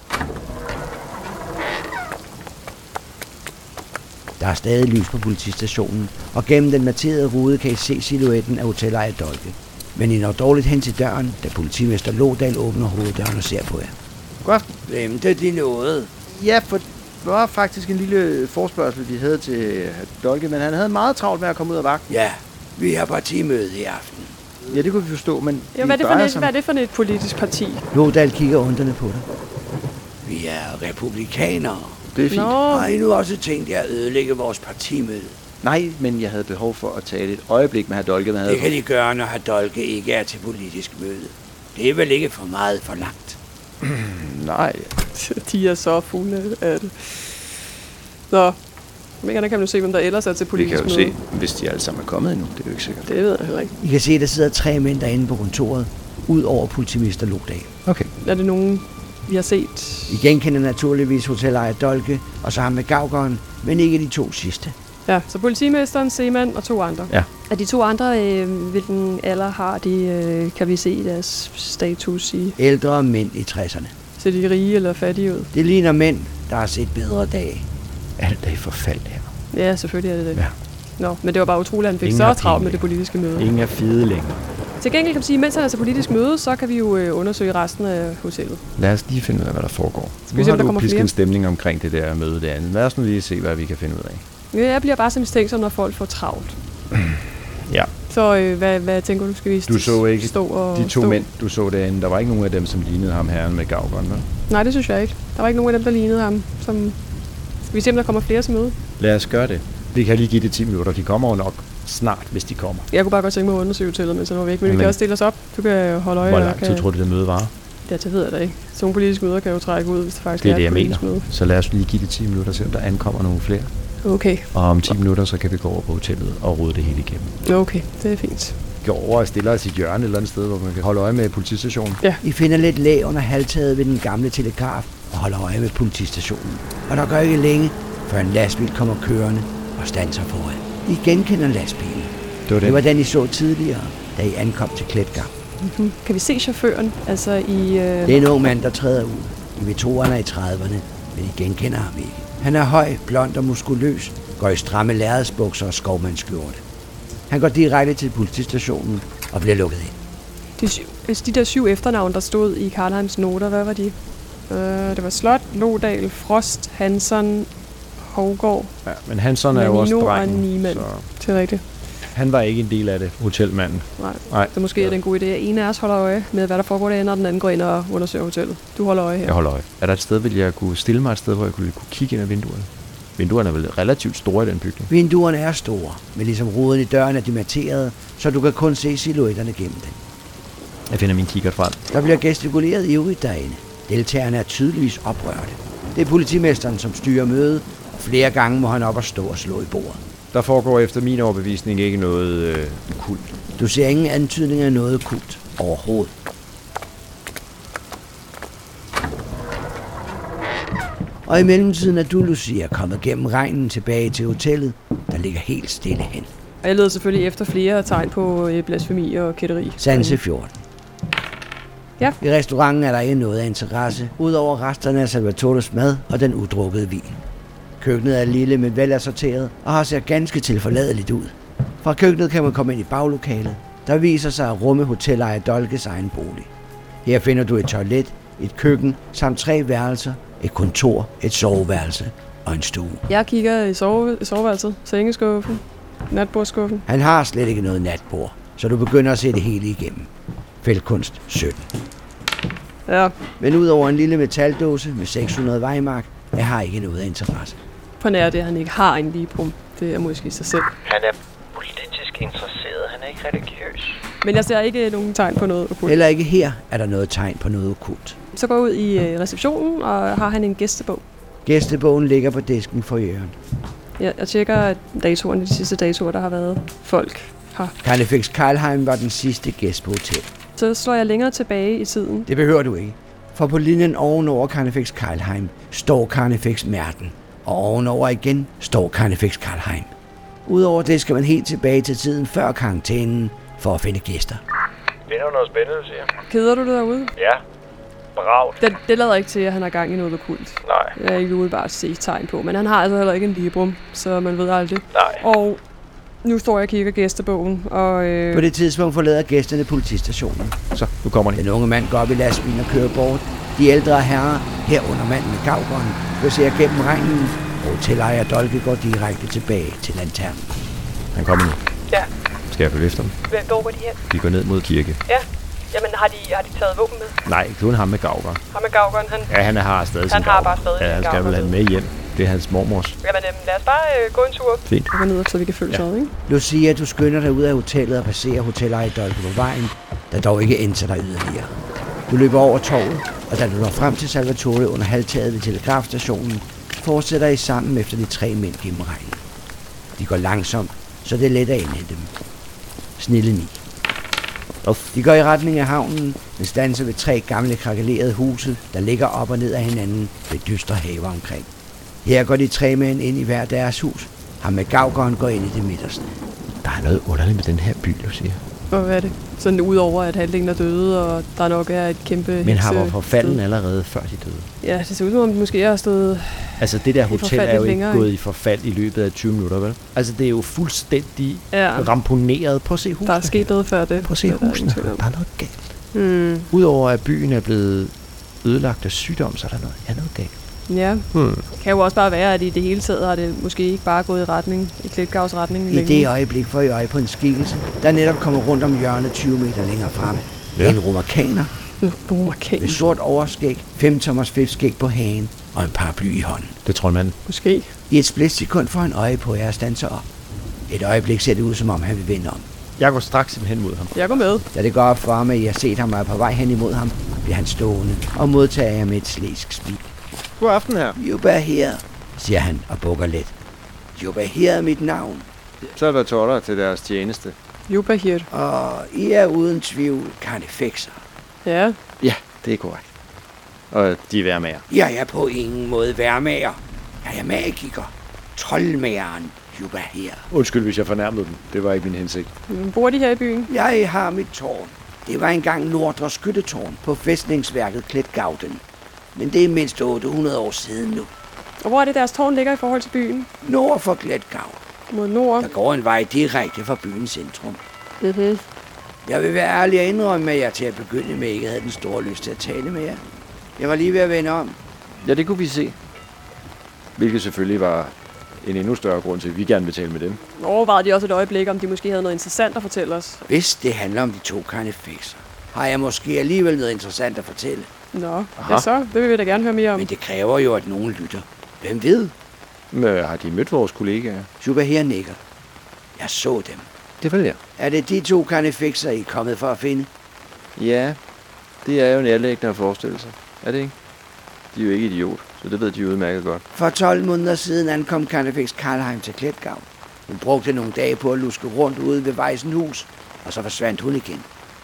Der er stadig lys på politistationen, og gennem den materede rude kan I se silhuetten af hoteller Dolke. Men I når dårligt hen til døren, da politimester Lodal åbner hoveddøren og ser på jer. Godt. Glemte de noget? Ja, for det var faktisk en lille forspørgsel, vi havde til Dolke, men han havde meget travlt med at komme ud af vagten. Ja, vi har partimøde i aften. Ja, det kunne vi forstå, men... Ja, hvad er det for et politisk parti? Lodal kigger undrende på dig. Vi er republikanere. Det er fint. Har I nu også tænkt jer at ødelægge vores partimøde? Nej, men jeg havde behov for at tale et øjeblik med hr. Dolke. Det kan de gøre, når hr. Dolke ikke er til politisk møde. Det er vel ikke for meget forlangt. Nej. De er så fulde af det. Nå, men kan man jo se, hvem der ellers er til politisk møde. Vi kan jo se, hvis de alle sammen er kommet endnu. Det er jo ikke sikkert. Det ved jeg heller ikke. I kan se, at der sidder 3 mænd derinde på kontoret, ud over politimester Lodal. Okay. Er det nogen, vi har set? I genkender naturligvis hoteller Dolke, og så ham med gaugeren, men ikke de 2 sidste. Ja, så politimesteren, Seemann og 2 andre. Ja. Er de 2 andre, hvilken alder har de, kan vi se i deres status i? Ældre mænd i 60'erne. Ser de rige eller fattige ud? Det ligner mænd, der har set bedre dage. Alt er i forfald her. Ja, selvfølgelig er det det. Ja. Nå, men det var bare utroligt, at han fik Ingen så har travlt penge med det politiske møde. Ingen er fede længere. Til gengæld kan man sige, mens han er til politisk møde, så kan vi jo undersøge resten af hotellet. Lad os lige finde ud af, hvad der foregår. vi se, om der kommer pisket flere? en stemning omkring det der møde derinde. Lad os nu lige se, hvad vi kan finde ud af. Ja, jeg bliver bare så mistænksom, når folk får travlt. Ja. Så hvad tænker du, skal vi Du så ikke stå og de to mænd, du så derinde. Der var ikke nogen af dem, som lignede ham herren med gavgården, vel? Nej, det synes jeg ikke. Der var ikke nogen af dem, der lignede ham. Skal vi se, om der kommer flere til møde? Lad os gøre det. Vi kan lige give det 10 minutter. De kommer jo nok snart, hvis de kommer. Jeg kunne bare godt tænke mig at undersøge hotellet, mens han var væk. Men vi kan også stille os op. Du kan holde øje. Hvor lang tid tror du, det møde varer? Ja, det ved jeg da ikke. Sådan nogle politiske møder kan jo trække ud, hvis det faktisk det er er det, et jeg politisk mener. møde. Så lad os lige give det 10 minutter til, om der ankommer nogle flere. Okay. Og om 10 minutter, så kan vi gå over på hotellet og rode det hele igennem. Okay, det er fint. Vi går over og stiller os i et hjørne et eller andet sted, hvor man kan holde øje med politistationen. Ja. I finder lidt læ under halvtaget ved den gamle telegraf og holder øje med politistationen. Og der går ikke længe, før en lastbil kommer kørende og standser foran. I genkender lastbilen. Det var den, I så tidligere, da I ankom til Kletgav. Mm-hmm. Kan vi se chaufføren? Altså Det er en ung mand, der træder ud. I veteranerne i 30'erne, men I genkender ham ikke. Han er høj, blond og muskuløs, går i stramme lærredsbukser og skovmandsskjorte. Han går direkte til politistationen og bliver lukket ind. De der 7 efternavn, der stod i Karlheims noter, hvad var de? Det var Slot, Lodal, Frost, Hansson, Hovgaard. Ja, men Hansson er jo også drengen. Og Niemann. Det er rigtigt. Han var ikke en del af det, hotelmanden. Nej. Så måske er det en god idé, at en af os holder øje med, hvad der foregår derinde, og den anden går ind og undersøger hotellet. Du holder øje her. Jeg holder øje. Er der et sted, vil jeg kunne stille mig et sted, hvor jeg kunne kigge ind ad vinduerne? Vinduerne er vel relativt store i den bygning. Vinduerne er store, men ligesom ruden i døren er dimenterede, så du kan kun se silhuetterne gennem den. Jeg finder min kikkert frem. Der bliver gestikuleret ivrigt derinde. Deltagerne er tydeligvis oprørte. Det er politimesteren, som styrer mødet, og flere gange må han op og stå og slå i bordet. Der foregår efter min overbevisning ikke noget kult. Du ser ingen antydning af noget kult overhovedet. Og i mellemtiden er du, Lucia, kommet gennem regnen tilbage til hotellet, der ligger helt stille hen. Og jeg leder selvfølgelig efter flere tegn på blasfemi og kætteri. Sanse 14. Ja. I restauranten er der ikke noget af interesse, udover resterne af Salvatores mad og den udrukkede vin. Køkkenet er lille, men velassorteret og har ser ganske tilforladeligt ud. Fra køkkenet kan man komme ind i baglokalet, der viser sig at rumme hotelejer Dolkes egen bolig. Her finder du et toilet, et køkken samt 3 værelser, et kontor, et soveværelse og en stue. Jeg kigger i soveværelset, sengeskuffen, natbordskuffen. Han har slet ikke noget natbord, så du begynder at se det hele igennem. Feltkunst 17. Ja. Men udover en lille metaldåse med 600 Weimark, jeg har ikke noget af interesse. På nær det, han ikke har en librum. Det er måske sig selv. Han er politisk interesseret, han er ikke religiøs. Men jeg ser ikke nogen tegn på noget okkult. Heller ikke her er der noget tegn på noget okkult. Så går jeg ud i receptionen, og har han en gæstebog. Gæstebogen ligger på disken for hjørnet. Jeg tjekker datoerne, de sidste datoer, der har været folk her. Carnifex Karlheim var den sidste gæst på hotel. Så slår jeg længere tilbage i tiden. Det behøver du ikke. For på linjen ovenover Carnifex Karlheim står Carnifex Merten. Og ovenover igen står Carnifex Karlheim. Udover det skal man helt tilbage til tiden før karantænen for at finde gæster. Finder du noget spændende, du siger? Keder du det derude? Ja. Bravt. Det lader ikke til, at han har gang i noget okkult. Nej. Jeg er ikke ude bare at se tegn på. Men han har altså heller ikke en librum, så man ved aldrig. Nej. Og nu står jeg og kigger gæstebogen, og På det tidspunkt forlader gæsterne politistationen. Så, nu kommer de. Den unge mand går op i lastbilen og kører bort. De ældre herrer, herunder manden med gavgården, ser gennem regnen, og hotelejer Dolke går direkte tilbage til lanternen. Han kommer nu. Ja. Skal jeg følge efter dem? Hvor går de hen? Vi går ned mod kirke. Ja. Jamen, har de taget våben med? Nej, kun ham med gavgården. Ham med gavgården, han... Ja, han har stadig Han sin har gavgård. bare stadig Ja, sin han skal gavgård. vel have den med hjem. Det er hans mormors. Jamen, lad os bare gå en tur. Fint. Vi går ned, så vi kan følge sig, ikke? Lucia, du skynder dig ud af hotellet og passerer hotelejer Dolke på vejen, der dog ikke ændrer dig yderligere. Du løber over torvet, og da du når frem til Salvatore under halvtaget ved telegrafstationen, fortsætter I sammen efter de 3 mænd gennem regnen. De går langsomt, så det er let at indhente dem. Snille 9. De går i retning af havnen, men standser ved 3 gamle krakelerede huse, der ligger op og ned af hinanden ved dystre haver omkring. Her går de 3 mænd ind i hver deres hus. Ham med gavgården går ind i det midterste. Der er noget underligt med den her by, Lucia. Og hvad er det? Sådan udover, at halvdelen er døde, og der nok er et kæmpe... Men har var forfalden allerede før de døde? Ja, det ser ud som om, de måske har stået... Altså det der hotel er jo ikke længere, gået i forfald i løbet af 20 minutter, vel? Altså det er jo fuldstændig ramponeret. Prøv at se husene. Der er sket noget før det. Prøv at se husene. Der er noget galt. Udover at byen er blevet ødelagt af sygdom, så er der noget galt. Ja. Det kan jo også bare være, at i det hele taget har det måske ikke bare gået i Kletgavs retning. I det øjeblik får I øje på en skikkelse, der netop kommer rundt om hjørnet 20 meter længere frem. Ja. En romarkaner. Med sort overskæg, 5-tommers fedtskæg på hagen og en paraply i hånden. Det tror man. Måske. I et splitsekund får han øje på jer og standser op. Et øjeblik ser det ud, som om han vil vende om. Jeg går straks hen mod ham. Jeg går med. Da det går op for ham, at I har set ham og er på vej hen imod ham, bliver han stående og modtager jer med et slæsk smil. God aften her. Juba her, siger han og bukker let. Juba her er mit navn. Så er der toller til deres tjeneste. Juba her. Og I er uden tvivl karnefekser. Ja. Ja, det er korrekt. Og de er værmager. Jeg er på ingen måde værmager. Jeg er magiker. Troldmageren Juba her. Undskyld, hvis jeg fornærmede dem. Det var ikke min hensigt. Bor de her i byen? Jeg har mit tårn. Det var engang Nordre Skyttetårn på fæstningsværket Kletgauden. Men det er mindst 800 år siden nu. Og hvor er det, deres tårn ligger i forhold til byen? Nord for Kletgav. Mod nord? Der går en vej direkte fra byens centrum. Mm-hmm. Jeg vil være ærlig og indrømme, at jeg til at begynde med ikke havde den store lyst til at tale med jer. Jeg var lige ved at vende om. Ja, det kunne vi se. Hvilket selvfølgelig var en endnu større grund til, at vi gerne vil tale med dem. Overvejede de også et øjeblik, om de måske havde noget interessant at fortælle os? Hvis det handler om de 2 karnefekser, har jeg måske alligevel noget interessant at fortælle. Nå, ja så. Det vil vi da gerne høre mere om. Men det kræver jo, at nogen lytter. Hvem ved? Men har de mødt vores kollegaer? Juba her nikker. Jeg så dem. Det vil jeg. Er det de 2 karnefekser, I er kommet for at finde? Ja, det er jo nærliggende at forestille sig. Er det ikke? De er jo ikke idiot, så det ved de udmærket godt. For 12 måneder siden ankom karnefeks Karlheim til Kletgav. Hun brugte nogle dage på at luske rundt ude ved Weisenhus, og så forsvandt hun igen.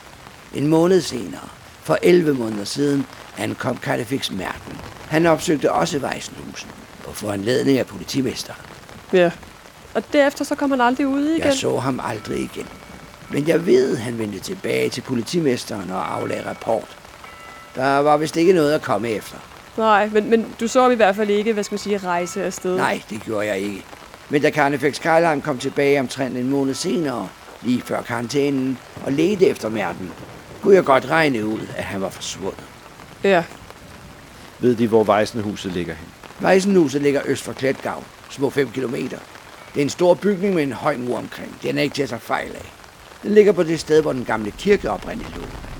En måned senere, for 11 måneder siden, ankom karnefeks Merten. Han opsøgte også Weisenhusen på foranledning af politimesteren. Ja. Og derefter så kom han aldrig ud igen? Jeg så ham aldrig igen. Men jeg ved, han vendte tilbage til politimesteren og aflagde rapport. Der var vist ikke noget at komme efter. Nej, men du så i hvert fald ikke, rejse afsted. Nej, det gjorde jeg ikke. Men da karnefeks Karlheim kom tilbage omtrent en måned senere, lige før karantænen, og ledte efter Merten, kunne jeg godt regne ud, at han var forsvundet. Ja. Ved de, hvor Weisenhuset ligger hen? Weisenhuset ligger øst for Kletgav, små 5 kilometer. Det er en stor bygning med en høj mur omkring. Den er ikke til at tage fejl af. Den ligger på det sted, hvor den gamle kirke oprindeligt lå.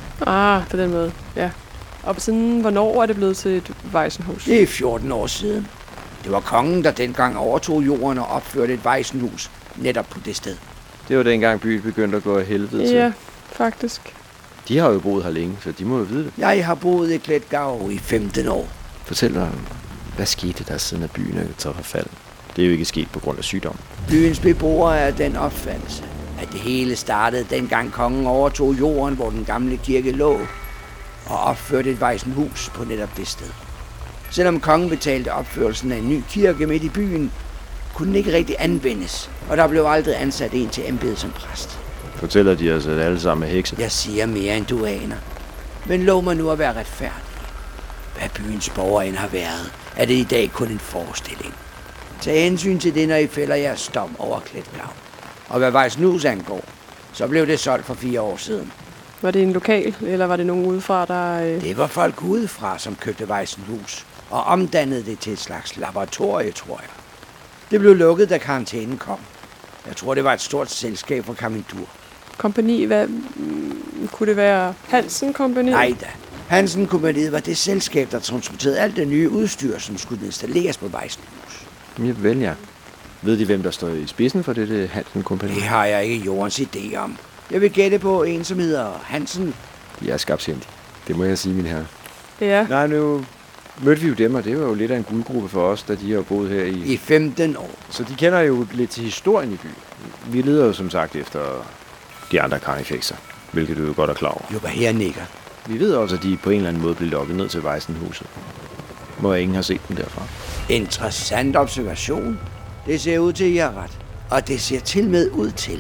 På den måde, ja. Og siden hvornår er det blevet til et Weisenhus? Det er 14 år siden. Det var kongen, der dengang overtog jorden og opførte et Weisenhus netop på det sted. Det var dengang byen begyndte at gå af helvede til. Ja, faktisk. De har jo boet her længe, så de må jo vide det. Jeg har boet i Kletgav i 15 år. Fortæl mig, hvad skete der siden af byen er til forfald? Det er jo ikke sket på grund af sygdom. Byens beboere er den opfattelse, at det hele startede dengang kongen overtog jorden, hvor den gamle kirke lå, og opførte et Weisenhus på netop det sted. Selvom kongen betalte opførelsen af en ny kirke midt i byen, kunne den ikke rigtig anvendes, og der blev aldrig ansat en til embedet som præst. Fortæller de os, at alle sammen er hekse? Jeg siger mere, end du aner. Men lov mig nu at være retfærdig. Hvad byens borgere end har været, er det i dag kun en forestilling. Tag hensyn til det, når I fælder jeres dom over Kletgav. Og hvad Weisenhus angår, så blev det solgt for 4 år siden. Var det en lokal, eller var det nogen udefra, der... Det var folk udefra, som købte Weisenhus og omdannede det til et slags laboratorie, tror jeg. Det blev lukket, da karantænen kom. Jeg tror, det var et stort selskab fra Kamindur. Kompagni, hvad... Kunne det være Hansen Kompagni? Nej da. Hansen Kompagniet var det selskab, der transporterede alt det nye udstyr, som skulle installeres på Weisenhus. Ja, vel ja. Ved de, hvem der står i spidsen for det Hansen Kompagni? Det har jeg ikke jordens idé om. Jeg vil gætte på en, som hedder Hansen. Jeg er skabsindig. Det må jeg sige, min herre. Ja. Nej, nu mødte vi jo dem, og det var jo lidt af en guldgruppe for os, da de har boet her i 15 år. Så de kender jo lidt til historien i byen. Vi leder jo som sagt efter de andre karnefekser, hvilket du jo godt er klar over. Juba her nikker. Vi ved også, at de på en eller anden måde blev lokket ned til Weisenhuset. Må ingen have set dem derfra. Interessant observation. Det ser ud til, at I har ret. Og det ser til med ud til,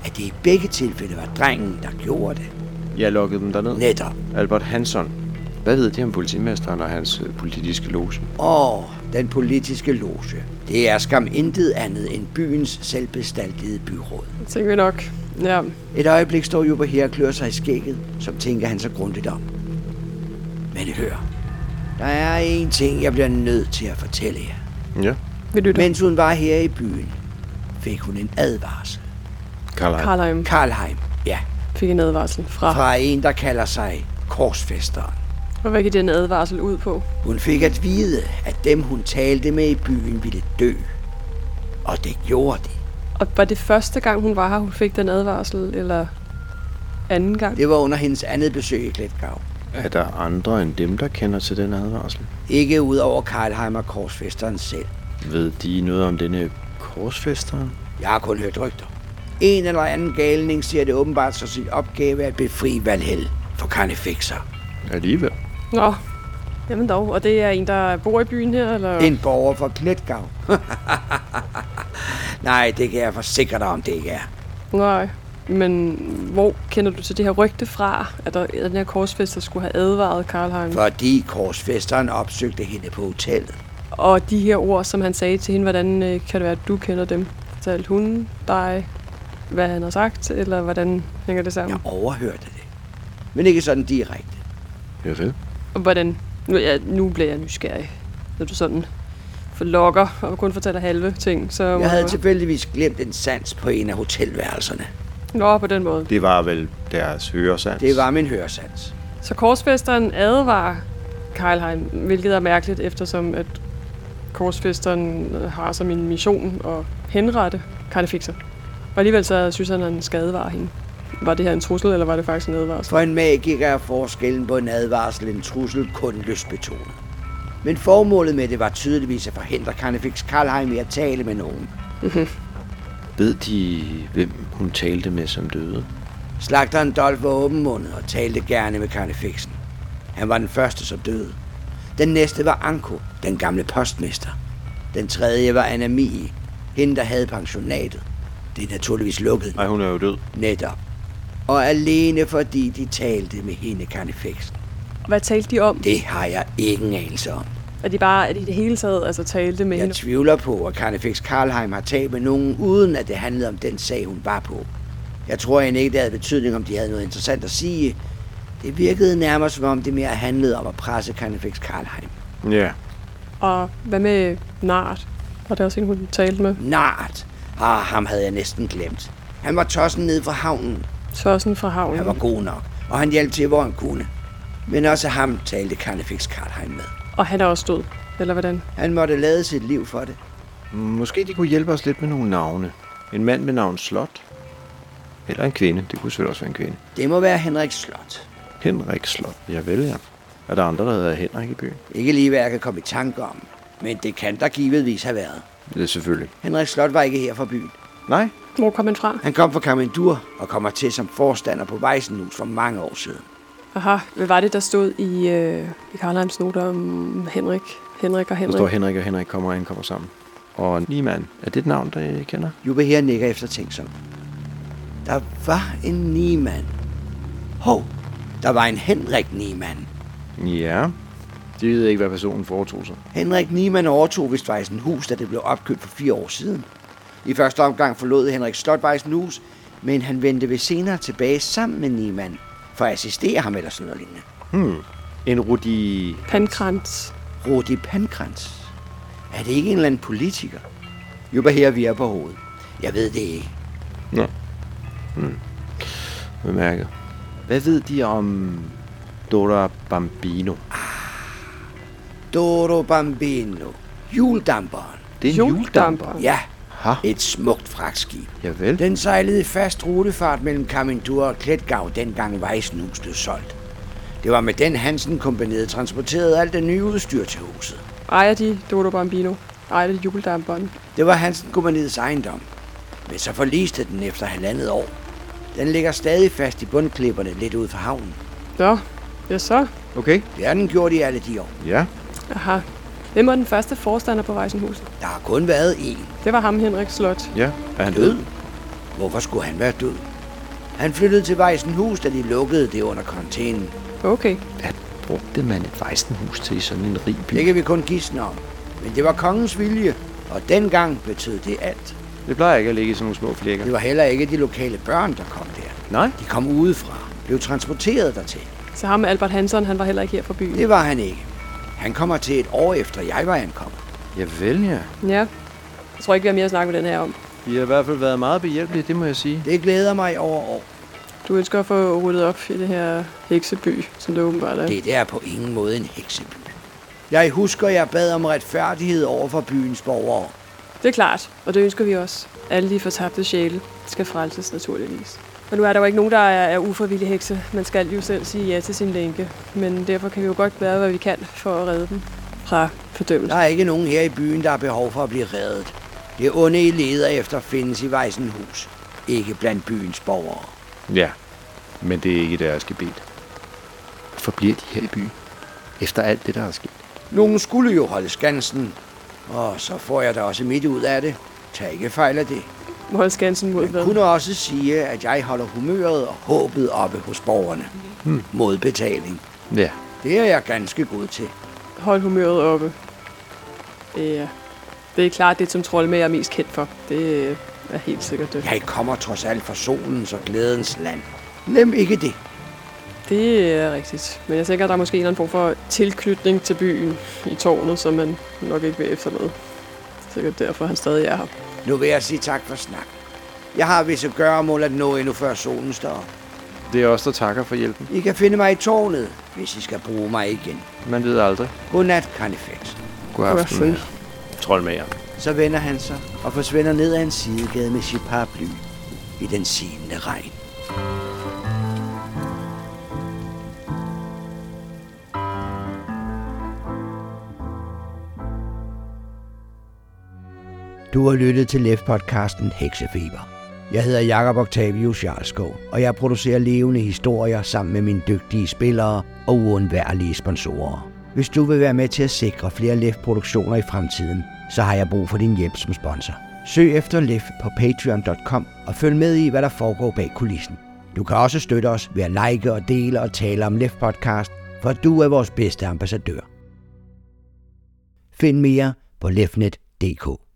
at det i begge tilfælde var drengen, der gjorde det. Jeg lukkede dem derned. Netop. Albert Hansson. Hvad ved de om politimesteren og hans politiske loge? Den politiske loge. Det er skam intet andet end byens selvbestaltede byråd. Det tænker vi nok. Ja. Et øjeblik står Jubber her og klør sig i skægget, som tænker han så grundigt om. Men hør, der er en ting, jeg bliver nødt til at fortælle jer. Ja. Vi lytter. Mens hun var her i byen, fik hun en advarsel. Karlheim, ja. Fik en advarsel Fra en, der kalder sig Korsfæsteren. Og hvad gik den advarsel ud på? Hun fik at vide, at dem, hun talte med i byen, ville dø. Og det gjorde de. Og var det første gang, hun var her, hun fik den advarsel, eller anden gang? Det var under hendes andet besøg i Kletgav. Er der andre end dem, der kender til den advarsel? Ikke ud over Karlheim og Korsfæsteren selv. Ved de noget om denne Korsfæsteren? Jeg har kun hørt rygter. En eller anden galning siger det åbenbart så sin opgave at befri Valhall for Carnifexer. Alligevel. Nå, jamen dog. Og det er en, der bor i byen her, eller? En borger fra Kletgav. Nej, det kan jeg forsikre dig om, det ikke er. Nej, men hvor kender du til det her rygte fra, at den her korsfæster skulle have advaret Karlheim? Fordi korsfæsteren opsøgte hende på hotellet. Og de her ord, som han sagde til hende, hvordan kan det være, at du kender dem? Fortalte hun dig, hvad han har sagt, eller hvordan hænger det sammen? Jeg overhørte det, men ikke sådan direkte. Ja, vel. Og hvordan? Nu bliver jeg nysgerrig, når du sådan forlokker og kun fortæller halve ting. Så jeg havde tilfældigvis glemt en sans på en af hotelværelserne. Nå, på den måde. Det var vel deres høresans? Det var min høresans. Så korsfæsteren advarer Karlheim, hvilket er mærkeligt, eftersom at korsfæsteren har som en mission at henrette Carnifexer. Og alligevel så synes han skal advare hende. Var det her en trussel, eller var det faktisk en advarsel? For en magiker er forskellen på en advarsel en trussel kun lystbetonet. Men formålet med det var tydeligvis at forhindre Carnifex Karlheim i at tale med nogen. Ved de, hvem hun talte med som døde? Slagteren Dolf var åbenmundet og talte gerne med Carnifexen. Han var den første, som døde. Den næste var Anko, den gamle postmester. Den tredje var Anamie, hende der havde pensionatet. Det er naturligvis lukket. Nej, hun er jo død. Netop. Og alene fordi de talte med hende Carnifexen. Hvad talte de om? Det har jeg ingen anelse om. At de i det hele taget talte med hende? Jeg tvivler på, at Carnifex Karlheim har talt med nogen, uden at det handlede om den sag, hun var på. Jeg tror egentlig ikke, det havde betydning, om de havde noget interessant at sige. Det virkede nærmere, som om det mere handlede om at presse Carnifex Karlheim. Ja. Og hvad med Nart? Var det også en, hun talte med? Nart? Ham havde jeg næsten glemt. Han var tossen nede fra havnen. Tossen fra havnen? Han var god nok, og han hjalp til, hvor han kunne. Men også ham talte Carnifex Karlheim med. Og han er også død, eller hvordan? Han måtte lade sit liv for det. Måske de kunne hjælpe os lidt med nogle navne. En mand med navn Slot. Eller en kvinde. Det kunne selvfølgelig også være en kvinde. Det må være Henrik Slot. Henrik Slot. Ja vel, ja. Er der andre, der hedder Henrik i byen? Ikke lige, hvad jeg kan komme i tanke om. Men det kan der givetvis have været. Det er selvfølgelig. Henrik Slot var ikke her fra byen. Nej. Hvor kom han fra? Han kom fra Kamindur og kommer til som forstander på Weissenhus for mange år siden. Aha, hvad var det, der stod i Karlheims noter om Henrik? Henrik og Henrik? Der står Henrik og Henrik kommer og ankommer sammen. Og Niemann, er det et navn, der I kender? Jubbe her nikker efter ting som. Der var en Niemann. Der var en Henrik Niemann. Ja, det ved jeg ikke, hvad personen foretog sig. Henrik Niemann overtog vist Weissenhus, da det blev opkøbt for 4 år siden. I første omgang forlod Henrik Slot Weissenhus, men han vendte ved senere tilbage sammen med Niemann for at assistere ham eller sådan noget lignende. En Rudi... Pankrantz. Rudi Pankrantz? Er det ikke en eller anden politiker? Jubber her vi er på hovedet. Jeg ved det ikke. Nå. Bemærket. Hvad ved de om Dora Bambino? Doro Bambino. Hjuldamperen. Det er en juldamper. Ja, Ha? et smukt fragtskib. Javel. Den sejlede i fast rutefart mellem Kamindur og Kletgav, dengang Weissenhus blev solgt. Det var med den Hansen-kompaniet transporterede alt det nye udstyr til huset. Ejer de Dodo Bambino? Ejer de hjuldamperen? Det var Hansen-kompaniets ejendom. Men så forliste den efter 1,5 år. Den ligger stadig fast i bundklipperne lidt ud for havnen. Nå, ja så. Okay. Det har den gjort i alle de år. Ja. Aha. Hvem var den første forstander på Weissenhuset? Der har kun været én. Det var ham, Henrik Slot. Ja. Er han Død? død? Hvorfor skulle han være død? Han flyttede til Vejsenhus, da de lukkede det under containen. Okay. Hvad brugte man et Vejsenhus til i sådan en rig by? Det kan vi kun gisne om. Men det var kongens vilje, og dengang betød det alt. Det plejer ikke at ligge i sådan nogle små flækker. Det var heller ikke de lokale børn, der kom der. Nej? De kom udefra, blev transporteret dertil. Så ham Albert Hansson, han var heller ikke her fra byen? Det var han ikke. Han kommer til et år efter, jeg var ankommet. Ja vel, ja. Ja. Jeg tror ikke, vi har mere at snakke med den her om. I har i hvert fald været meget behjælpelige, det må jeg sige. Det glæder mig over år. Du ønsker at få ryddet op i det her hekseby, som det åbenbart er. Det der er på ingen måde en hekseby. Jeg husker, jeg bad om retfærdighed over for byens borgere. Det er klart, og det ønsker vi også. Alle de fortabte sjæle skal frelses naturligvis. Og nu er der jo ikke nogen, der er ufrivillige hekse. Man skal jo selv sige ja til sin lænke. Men derfor kan vi jo godt gøre, hvad vi kan for at redde dem fra fordømmelse. Der er ikke nogen her i byen, der har behov for at blive reddet. Det onde, I leder efter, findes i Vejsenhus. Ikke blandt byens borgere. Ja, men det er ikke deres gebet. Hvorfor bliver de her i byen? Efter alt det, der er sket. Nogen skulle jo holde skansen. Og så får jeg da også midt ud af det. Tag ikke fejl af det. Hold skansen mod Jeg hvad? kunne også sige, at jeg holder humøret og håbet oppe hos borgerne. Mod betaling. Ja. Det er jeg ganske god til. Hold humøret oppe. Ja. Det er klart det, som troldmænd er mest kendt for. Det er helt sikkert det. Jeg kommer trods alt fra solens og glædens land. Glem ikke det. Det er rigtigt. Men jeg tænker, at der er måske en eller anden form for tilknytning til byen i tårnet, som man nok ikke vil efterlade. Det er sikkert derfor, han stadig er her. Nu vil jeg sige tak for snak. Jeg har visse gøremål at nå endnu før solen står op. Det er os, der takker for hjælpen. I kan finde mig i tårnet, hvis I skal bruge mig igen. Man ved aldrig. Godnat, Carnifex. God aften. Troldmager. Så vender han sig og forsvinder ned ad en sidegade med sit paraply i den silende regn. Du har lyttet til LEF-podcasten Heksefeber. Jeg hedder Jakob Octavius Jarlskov, og jeg producerer levende historier sammen med mine dygtige spillere og uundværlige sponsorer. Hvis du vil være med til at sikre flere LEF-produktioner i fremtiden, så har jeg brug for din hjælp som sponsor. Søg efter LEF på patreon.com og følg med i, hvad der foregår bag kulissen. Du kan også støtte os ved at like og dele og tale om LEF-podcast, for at du er vores bedste ambassadør. Find mere på lefnet.dk.